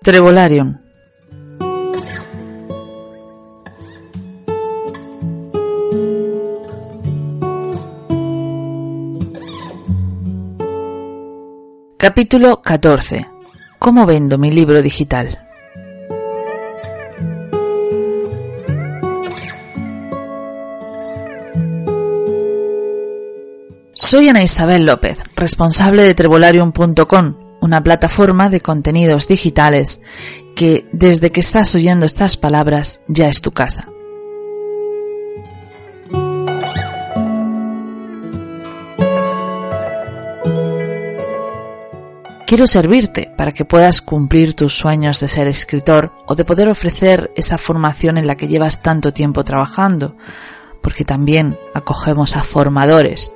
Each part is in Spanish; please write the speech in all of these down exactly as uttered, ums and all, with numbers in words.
Trevolarium. Capítulo catorce. ¿Cómo vendo mi libro digital? Soy Ana Isabel López, responsable de trevolarium punto com, una plataforma de contenidos digitales que, desde que estás oyendo estas palabras, ya es tu casa. Quiero servirte para que puedas cumplir tus sueños de ser escritor o de poder ofrecer esa formación en la que llevas tanto tiempo trabajando, porque también acogemos a formadores.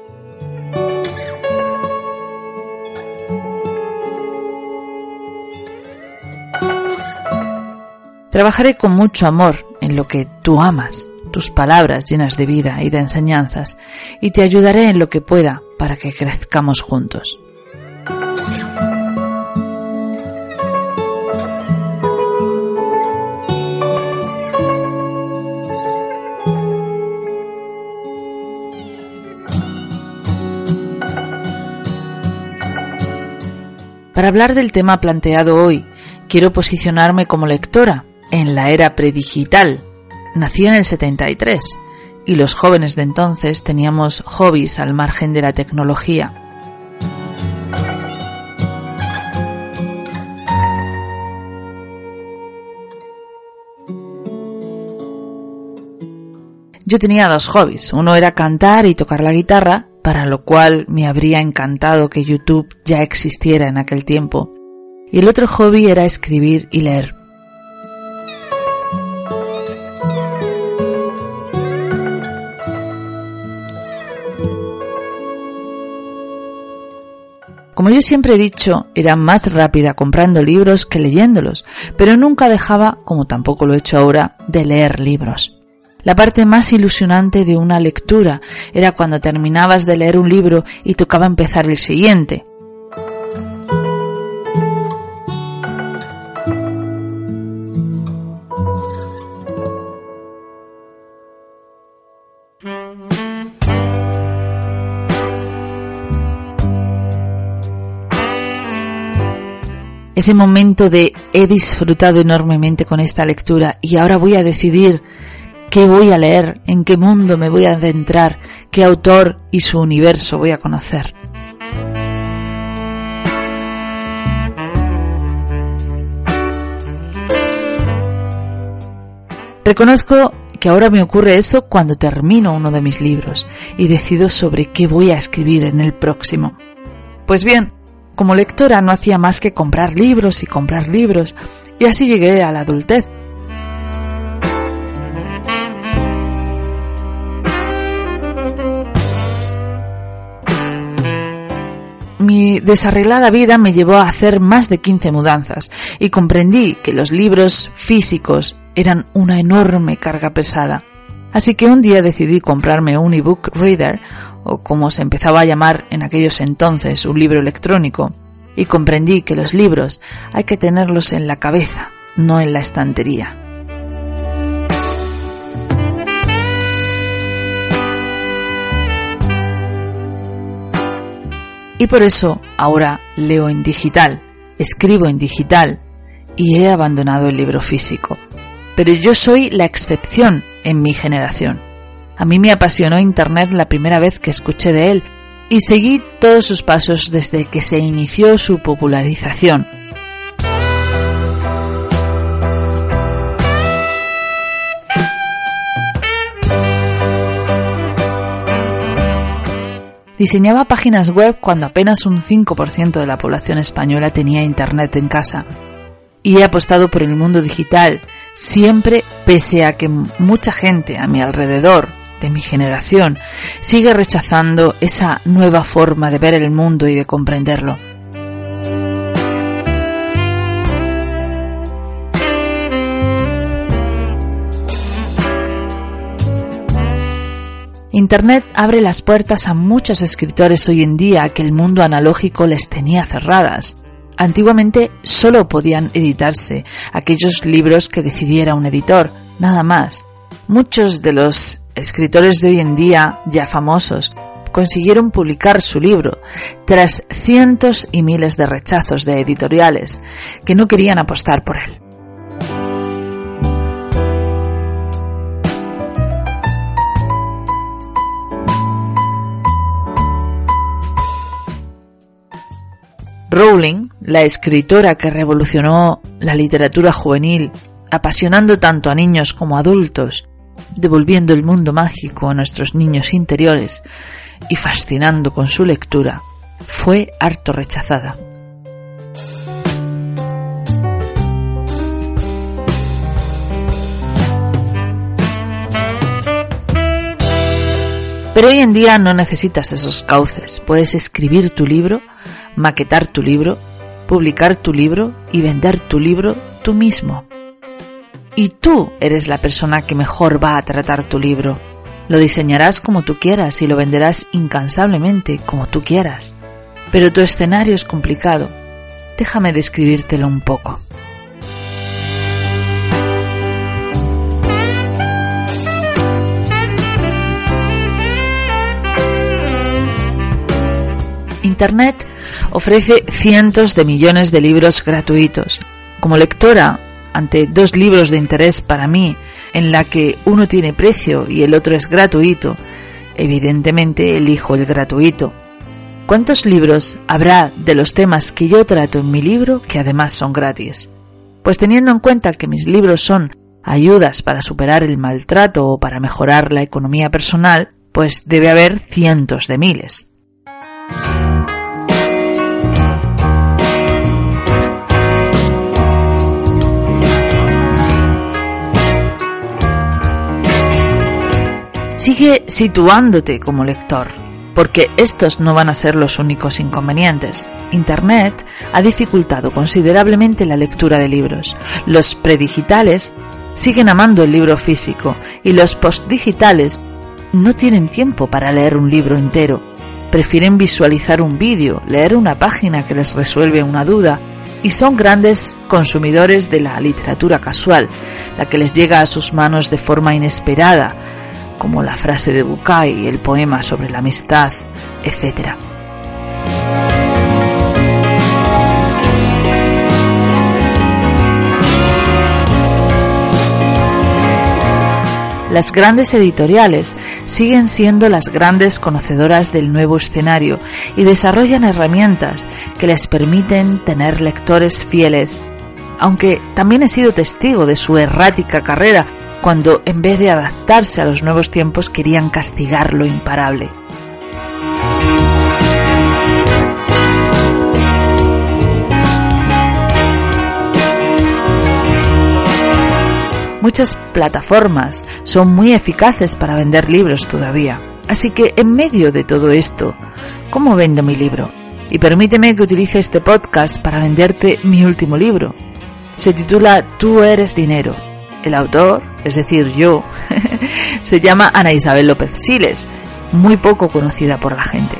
Trabajaré con mucho amor en lo que tú amas, tus palabras llenas de vida y de enseñanzas, y te ayudaré en lo que pueda para que crezcamos juntos. Para hablar del tema planteado hoy, quiero posicionarme como lectora en la era predigital. Nací en el setenta y tres y los jóvenes de entonces teníamos hobbies al margen de la tecnología. Yo tenía dos hobbies, uno era cantar y tocar la guitarra, para lo cual me habría encantado que YouTube ya existiera en aquel tiempo, y el otro hobby era escribir y leer. Como yo siempre he dicho, era más rápida comprando libros que leyéndolos, pero nunca dejaba, como tampoco lo he hecho ahora, de leer libros. La parte más ilusionante de una lectura era cuando terminabas de leer un libro y tocaba empezar el siguiente. Ese momento de he disfrutado enormemente con esta lectura y ahora voy a decidir qué voy a leer, en qué mundo me voy a adentrar, qué autor y su universo voy a conocer. Reconozco que ahora me ocurre eso cuando termino uno de mis libros y decido sobre qué voy a escribir en el próximo. Pues bien, como lectora no hacía más que comprar libros y comprar libros, y así llegué a la adultez. Mi desarreglada vida me llevó a hacer más de quince mudanzas y comprendí que los libros físicos eran una enorme carga pesada. Así que un día decidí comprarme un ebook reader, o como se empezaba a llamar en aquellos entonces, un libro electrónico, y comprendí que los libros hay que tenerlos en la cabeza, no en la estantería. Y por eso ahora leo en digital, escribo en digital y he abandonado el libro físico. Pero yo soy la excepción en mi generación. A mí me apasionó Internet la primera vez que escuché de él y seguí todos sus pasos desde que se inició su popularización. Diseñaba páginas web cuando apenas un cinco por ciento de la población española tenía Internet en casa. Y he apostado por el mundo digital, siempre pese a que mucha gente a mi alrededor, de mi generación, sigue rechazando esa nueva forma de ver el mundo y de comprenderlo. Internet abre las puertas a muchos escritores hoy en día que el mundo analógico les tenía cerradas. Antiguamente solo podían editarse aquellos libros que decidiera un editor, nada más. Muchos de los escritores de hoy en día, ya famosos, consiguieron publicar su libro tras cientos y miles de rechazos de editoriales que no querían apostar por él. Rowling, la escritora que revolucionó la literatura juvenil, apasionando tanto a niños como a adultos, devolviendo el mundo mágico a nuestros niños interiores y fascinando con su lectura, fue harto rechazada. Pero hoy en día no necesitas esos cauces. Puedes escribir tu libro, maquetar tu libro, publicar tu libro y vender tu libro tú mismo. Y tú eres la persona que mejor va a tratar tu libro. Lo diseñarás como tú quieras y lo venderás incansablemente como tú quieras. Pero tu escenario es complicado. Déjame describírtelo un poco. Internet ofrece cientos de millones de libros gratuitos. Como lectora, ante dos libros de interés para mí, en la que uno tiene precio y el otro es gratuito, evidentemente elijo el gratuito. ¿Cuántos libros habrá de los temas que yo trato en mi libro que además son gratis? Pues teniendo en cuenta que mis libros son ayudas para superar el maltrato o para mejorar la economía personal, pues debe haber cientos de miles. Sigue situándote como lector, porque estos no van a ser los únicos inconvenientes. Internet ha dificultado considerablemente la lectura de libros. Los predigitales siguen amando el libro físico y los postdigitales no tienen tiempo para leer un libro entero. Prefieren visualizar un vídeo, leer una página que les resuelve una duda y son grandes consumidores de la literatura casual, la que les llega a sus manos de forma inesperada, como la frase de Bucay, el poema sobre la amistad, etcétera. Las grandes editoriales siguen siendo las grandes conocedoras del nuevo escenario y desarrollan herramientas que les permiten tener lectores fieles, aunque también he sido testigo de su errática carrera cuando en vez de adaptarse a los nuevos tiempos querían castigar lo imparable. Muchas plataformas son muy eficaces para vender libros todavía. Así que en medio de todo esto, ¿cómo vendo mi libro? Y permíteme que utilice este podcast para venderte mi último libro. Se titula Tú eres dinero. El autor, es decir, yo, se llama Ana Isabel López Siles, muy poco conocida por la gente.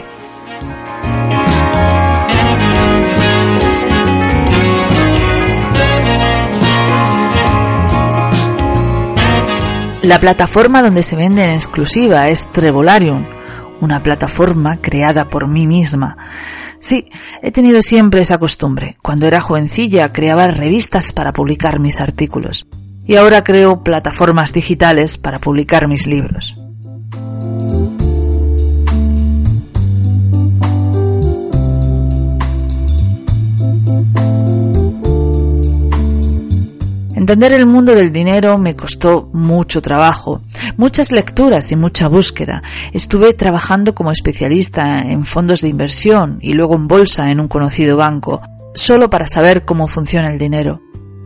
La plataforma donde se vende en exclusiva es Trevolarium, una plataforma creada por mí misma. Sí, he tenido siempre esa costumbre. Cuando era jovencilla creaba revistas para publicar mis artículos. Y ahora creo plataformas digitales para publicar mis libros. Entender el mundo del dinero me costó mucho trabajo, muchas lecturas y mucha búsqueda. Estuve trabajando como especialista en fondos de inversión y luego en bolsa en un conocido banco, solo para saber cómo funciona el dinero.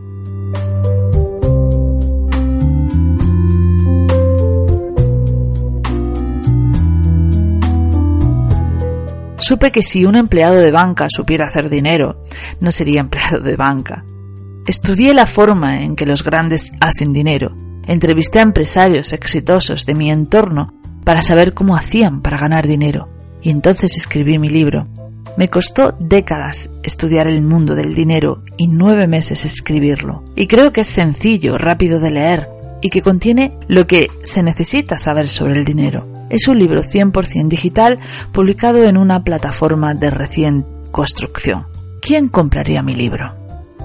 Supe que si un empleado de banca supiera hacer dinero, no sería empleado de banca. Estudié la forma en que los grandes hacen dinero. Entrevisté a empresarios exitosos de mi entorno para saber cómo hacían para ganar dinero. Y entonces escribí mi libro. Me costó décadas estudiar el mundo del dinero y nueve meses escribirlo. Y creo que es sencillo, rápido de leer y que contiene lo que se necesita saber sobre el dinero. Es un libro cien por ciento digital publicado en una plataforma de recién construcción. ¿Quién compraría mi libro?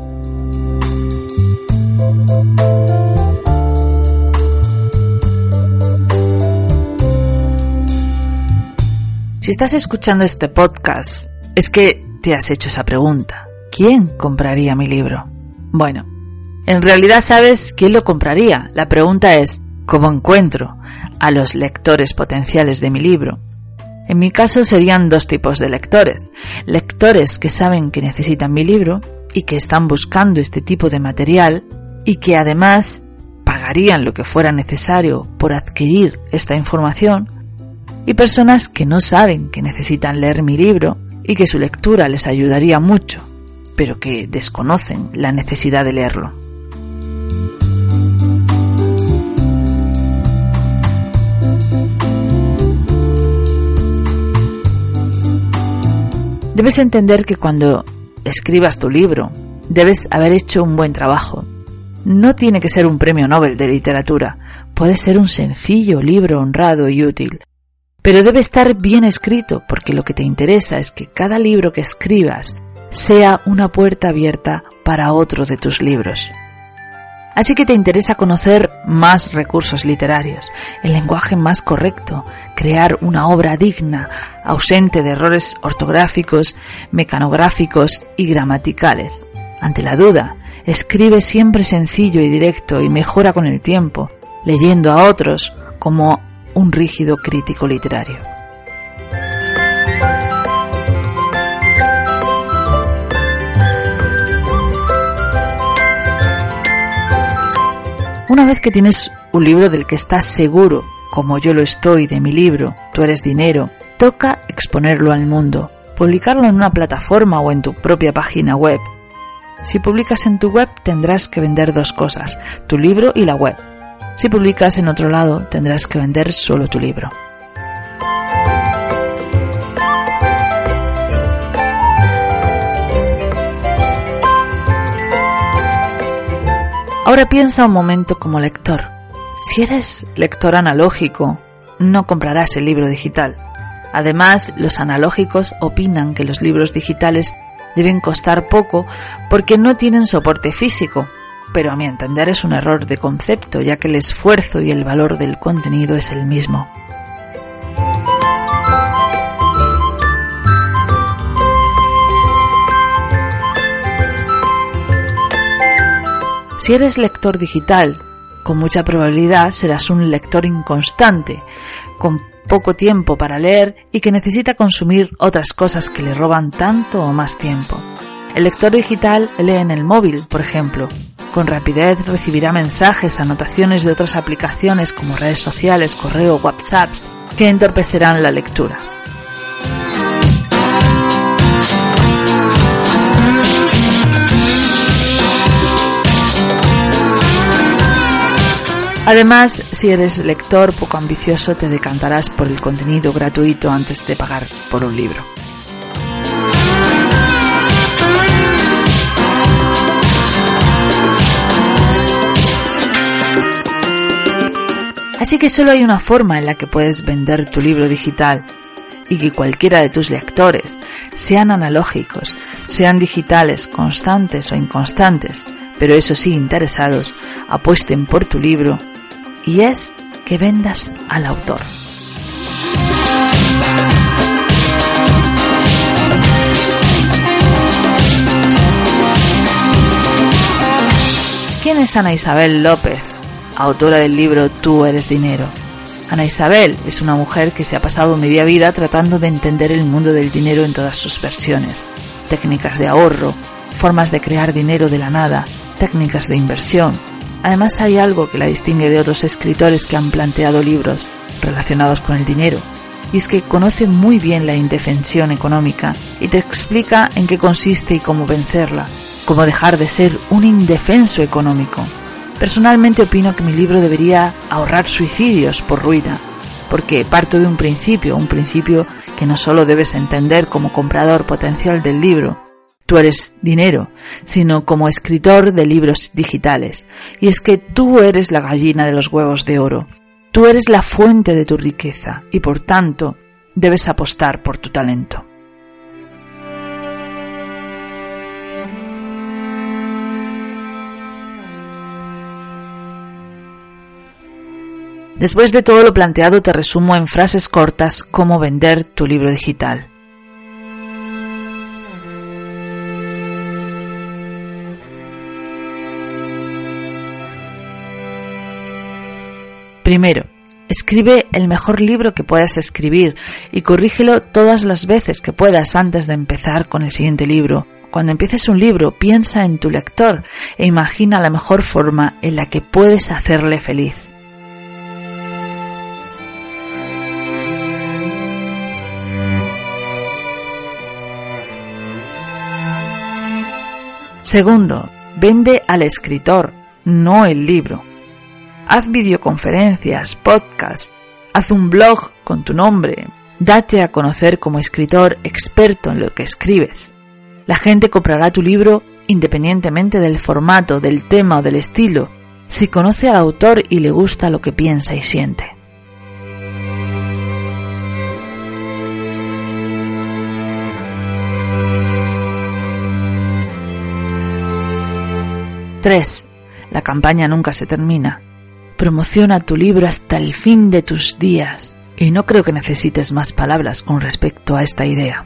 Si estás escuchando este podcast, es que te has hecho esa pregunta. ¿Quién compraría mi libro? Bueno, en realidad sabes quién lo compraría. La pregunta es, ¿cómo encuentro a los lectores potenciales de mi libro? En mi caso serían dos tipos de lectores. Lectores que saben que necesitan mi libro y que están buscando este tipo de material y que además pagarían lo que fuera necesario por adquirir esta información. Y personas que no saben que necesitan leer mi libro y que su lectura les ayudaría mucho, pero que desconocen la necesidad de leerlo. Debes entender que cuando escribas tu libro, debes haber hecho un buen trabajo. No tiene que ser un premio Nobel de literatura, puede ser un sencillo libro honrado y útil. Pero debe estar bien escrito porque lo que te interesa es que cada libro que escribas sea una puerta abierta para otro de tus libros. Así que te interesa conocer más recursos literarios, el lenguaje más correcto, crear una obra digna, ausente de errores ortográficos, mecanográficos y gramaticales. Ante la duda, escribe siempre sencillo y directo y mejora con el tiempo, leyendo a otros como un rígido crítico literario. Una vez que tienes un libro del que estás seguro, como yo lo estoy de mi libro, Tú eres dinero, toca exponerlo al mundo, publicarlo en una plataforma o en tu propia página web. Si publicas en tu web tendrás que vender dos cosas, tu libro y la web. Si publicas en otro lado, tendrás que vender solo tu libro. Ahora piensa un momento como lector. Si eres lector analógico, no comprarás el libro digital. Además, los analógicos opinan que los libros digitales deben costar poco porque no tienen soporte físico. Pero a mi entender es un error de concepto, ya que el esfuerzo y el valor del contenido es el mismo. Si eres lector digital, con mucha probabilidad serás un lector inconstante, con poco tiempo para leer y que necesita consumir otras cosas que le roban tanto o más tiempo. El lector digital lee en el móvil, por ejemplo. Con rapidez recibirá mensajes, anotaciones de otras aplicaciones como redes sociales, correo, WhatsApp, que entorpecerán la lectura. Además, si eres lector poco ambicioso, te decantarás por el contenido gratuito antes de pagar por un libro. Así que solo hay una forma en la que puedes vender tu libro digital y que cualquiera de tus lectores, sean analógicos, sean digitales, constantes o inconstantes, pero eso sí interesados, apuesten por tu libro, y es que vendas al autor. ¿Quién es Ana Isabel López, autora del libro Tú eres dinero? Ana Isabel es una mujer que se ha pasado media vida tratando de entender el mundo del dinero en todas sus versiones. Técnicas de ahorro, formas de crear dinero de la nada, técnicas de inversión. Además hay algo que la distingue de otros escritores que han planteado libros relacionados con el dinero, y es que conoce muy bien la indefensión económica y te explica en qué consiste y cómo vencerla, cómo dejar de ser un indefenso económico. Personalmente opino que mi libro debería ahorrar suicidios por ruina, porque parto de un principio, un principio que no solo debes entender como comprador potencial del libro, tú eres dinero, sino como escritor de libros digitales. Y es que tú eres la gallina de los huevos de oro, tú eres la fuente de tu riqueza y por tanto debes apostar por tu talento. Después de todo lo planteado, te resumo en frases cortas cómo vender tu libro digital. Primero, escribe el mejor libro que puedas escribir y corrígelo todas las veces que puedas antes de empezar con el siguiente libro. Cuando empieces un libro, piensa en tu lector e imagina la mejor forma en la que puedes hacerle feliz. Segundo, vende al escritor, no el libro. Haz videoconferencias, podcasts, haz un blog con tu nombre, date a conocer como escritor experto en lo que escribes. La gente comprará tu libro independientemente del formato, del tema o del estilo, si conoce al autor y le gusta lo que piensa y siente. tres. La campaña nunca se termina. Promociona tu libro hasta el fin de tus días y no creo que necesites más palabras con respecto a esta idea.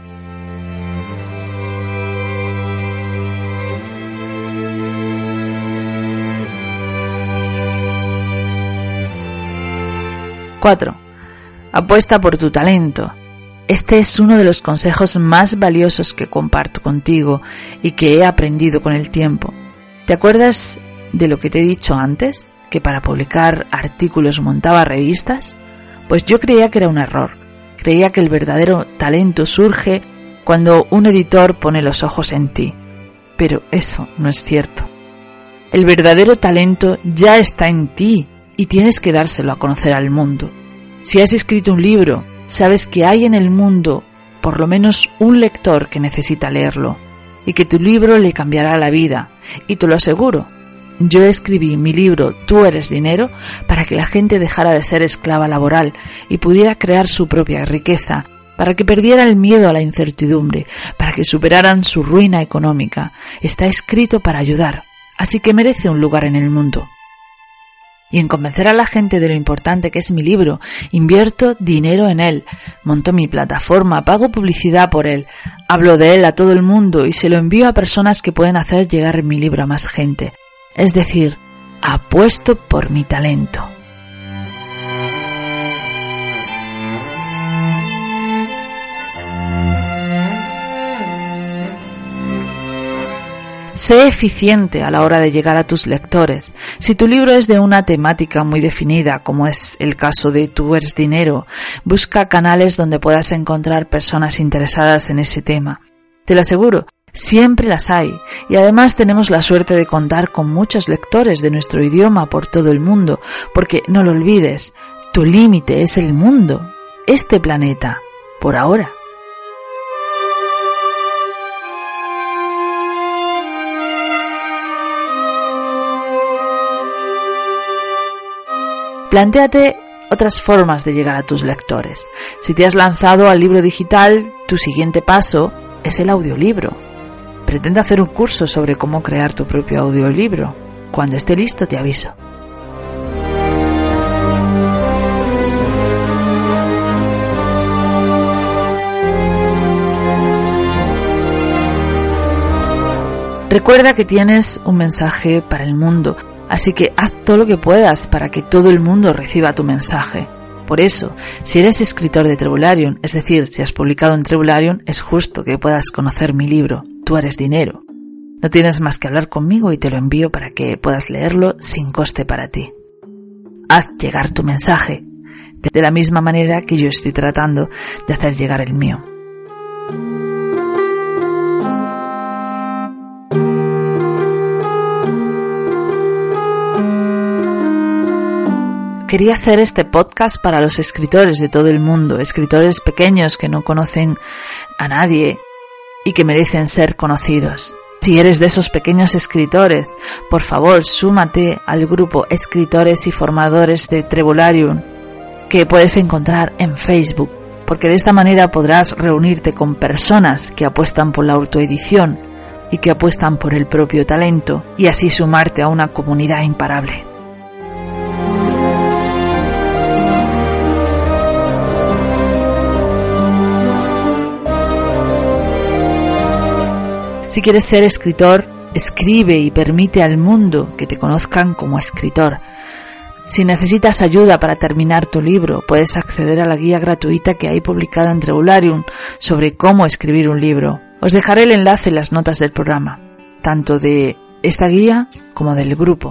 cuatro. Apuesta por tu talento. Este es uno de los consejos más valiosos que comparto contigo y que he aprendido con el tiempo. ¿Te acuerdas de lo que te he dicho antes? ¿Que para publicar artículos montaba revistas? Pues yo creía que era un error. Creía que el verdadero talento surge cuando un editor pone los ojos en ti. Pero eso no es cierto. El verdadero talento ya está en ti y tienes que dárselo a conocer al mundo. Si has escrito un libro, sabes que hay en el mundo por lo menos un lector que necesita leerlo y que tu libro le cambiará la vida. Y te lo aseguro, yo escribí mi libro Tú eres dinero para que la gente dejara de ser esclava laboral y pudiera crear su propia riqueza, para que perdiera el miedo a la incertidumbre, para que superaran su ruina económica. Está escrito para ayudar, así que merece un lugar en el mundo. Y en convencer a la gente de lo importante que es mi libro, invierto dinero en él, monto mi plataforma, pago publicidad por él, hablo de él a todo el mundo y se lo envío a personas que pueden hacer llegar mi libro a más gente. Es decir, apuesto por mi talento. Sé eficiente a la hora de llegar a tus lectores. Si tu libro es de una temática muy definida, como es el caso de Tú eres dinero, busca canales donde puedas encontrar personas interesadas en ese tema. Te lo aseguro, siempre las hay, y además tenemos la suerte de contar con muchos lectores de nuestro idioma por todo el mundo, porque no lo olvides, tu límite es el mundo, este planeta, por ahora. Plantéate otras formas de llegar a tus lectores. Si te has lanzado al libro digital, tu siguiente paso es el audiolibro. Pretende hacer un curso sobre cómo crear tu propio audiolibro. Cuando esté listo te aviso. Recuerda que tienes un mensaje para el mundo. Así que haz todo lo que puedas para que todo el mundo reciba tu mensaje. Por eso, si eres escritor de Trebularium, es decir, si has publicado en Trebularium, es justo que puedas conocer mi libro, Tú eres dinero. No tienes más que hablar conmigo y te lo envío para que puedas leerlo sin coste para ti. Haz llegar tu mensaje, de la misma manera que yo estoy tratando de hacer llegar el mío. quería hacer este podcast para los escritores de todo el mundo, escritores pequeños que no conocen a nadie y que merecen ser conocidos. Si eres de esos pequeños escritores, por favor, súmate al grupo Escritores y Formadores de Trebularium, que puedes encontrar en Facebook, porque de esta manera podrás reunirte con personas que apuestan por la autoedición y que apuestan por el propio talento, y así sumarte a una comunidad imparable. Si quieres ser escritor, escribe y permite al mundo que te conozcan como escritor. Si necesitas ayuda para terminar tu libro, puedes acceder a la guía gratuita que hay publicada en Trebularium sobre cómo escribir un libro. Os dejaré el enlace en las notas del programa, tanto de esta guía como del grupo.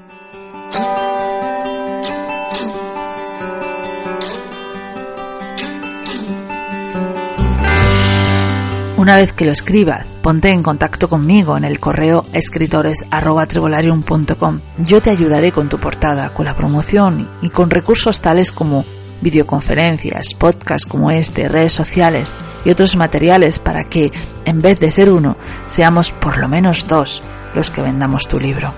Una vez que lo escribas, ponte en contacto conmigo en el correo escritores arroba trebularium punto com. Yo te ayudaré con tu portada, con la promoción y con recursos tales como videoconferencias, podcasts como este, redes sociales y otros materiales para que, en vez de ser uno, seamos por lo menos dos los que vendamos tu libro.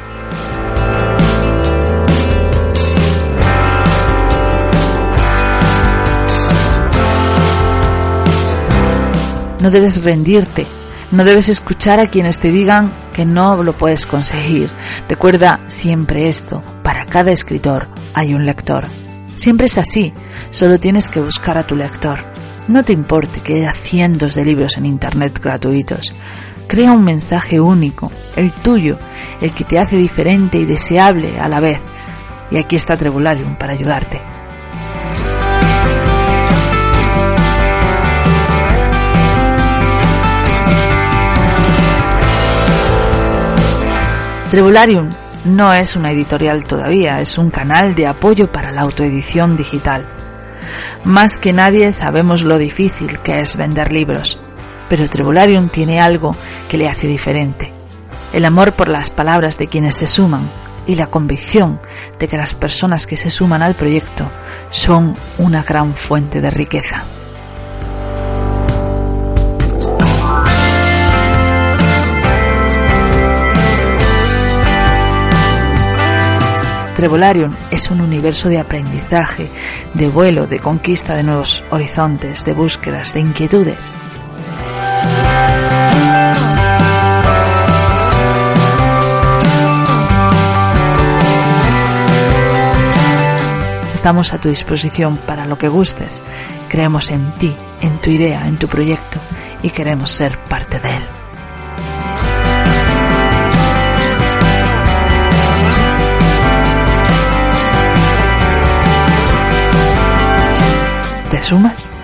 No debes rendirte, no debes escuchar a quienes te digan que no lo puedes conseguir. Recuerda siempre esto, para cada escritor hay un lector. Siempre es así, solo tienes que buscar a tu lector. No te importe que haya cientos de libros en internet gratuitos. Crea un mensaje único, el tuyo, el que te hace diferente y deseable a la vez. Y aquí está Trebularium para ayudarte. Trebularium no es una editorial todavía, es un canal de apoyo para la autoedición digital. Más que nadie sabemos lo difícil que es vender libros, pero Trebularium tiene algo que le hace diferente. El amor por las palabras de quienes se suman y la convicción de que las personas que se suman al proyecto son una gran fuente de riqueza. Trebularium es un universo de aprendizaje, de vuelo, de conquista de nuevos horizontes, de búsquedas, de inquietudes. Estamos a tu disposición para lo que gustes. Creemos en ti, en tu idea, en tu proyecto y queremos ser parte de él. ¿Te sumas?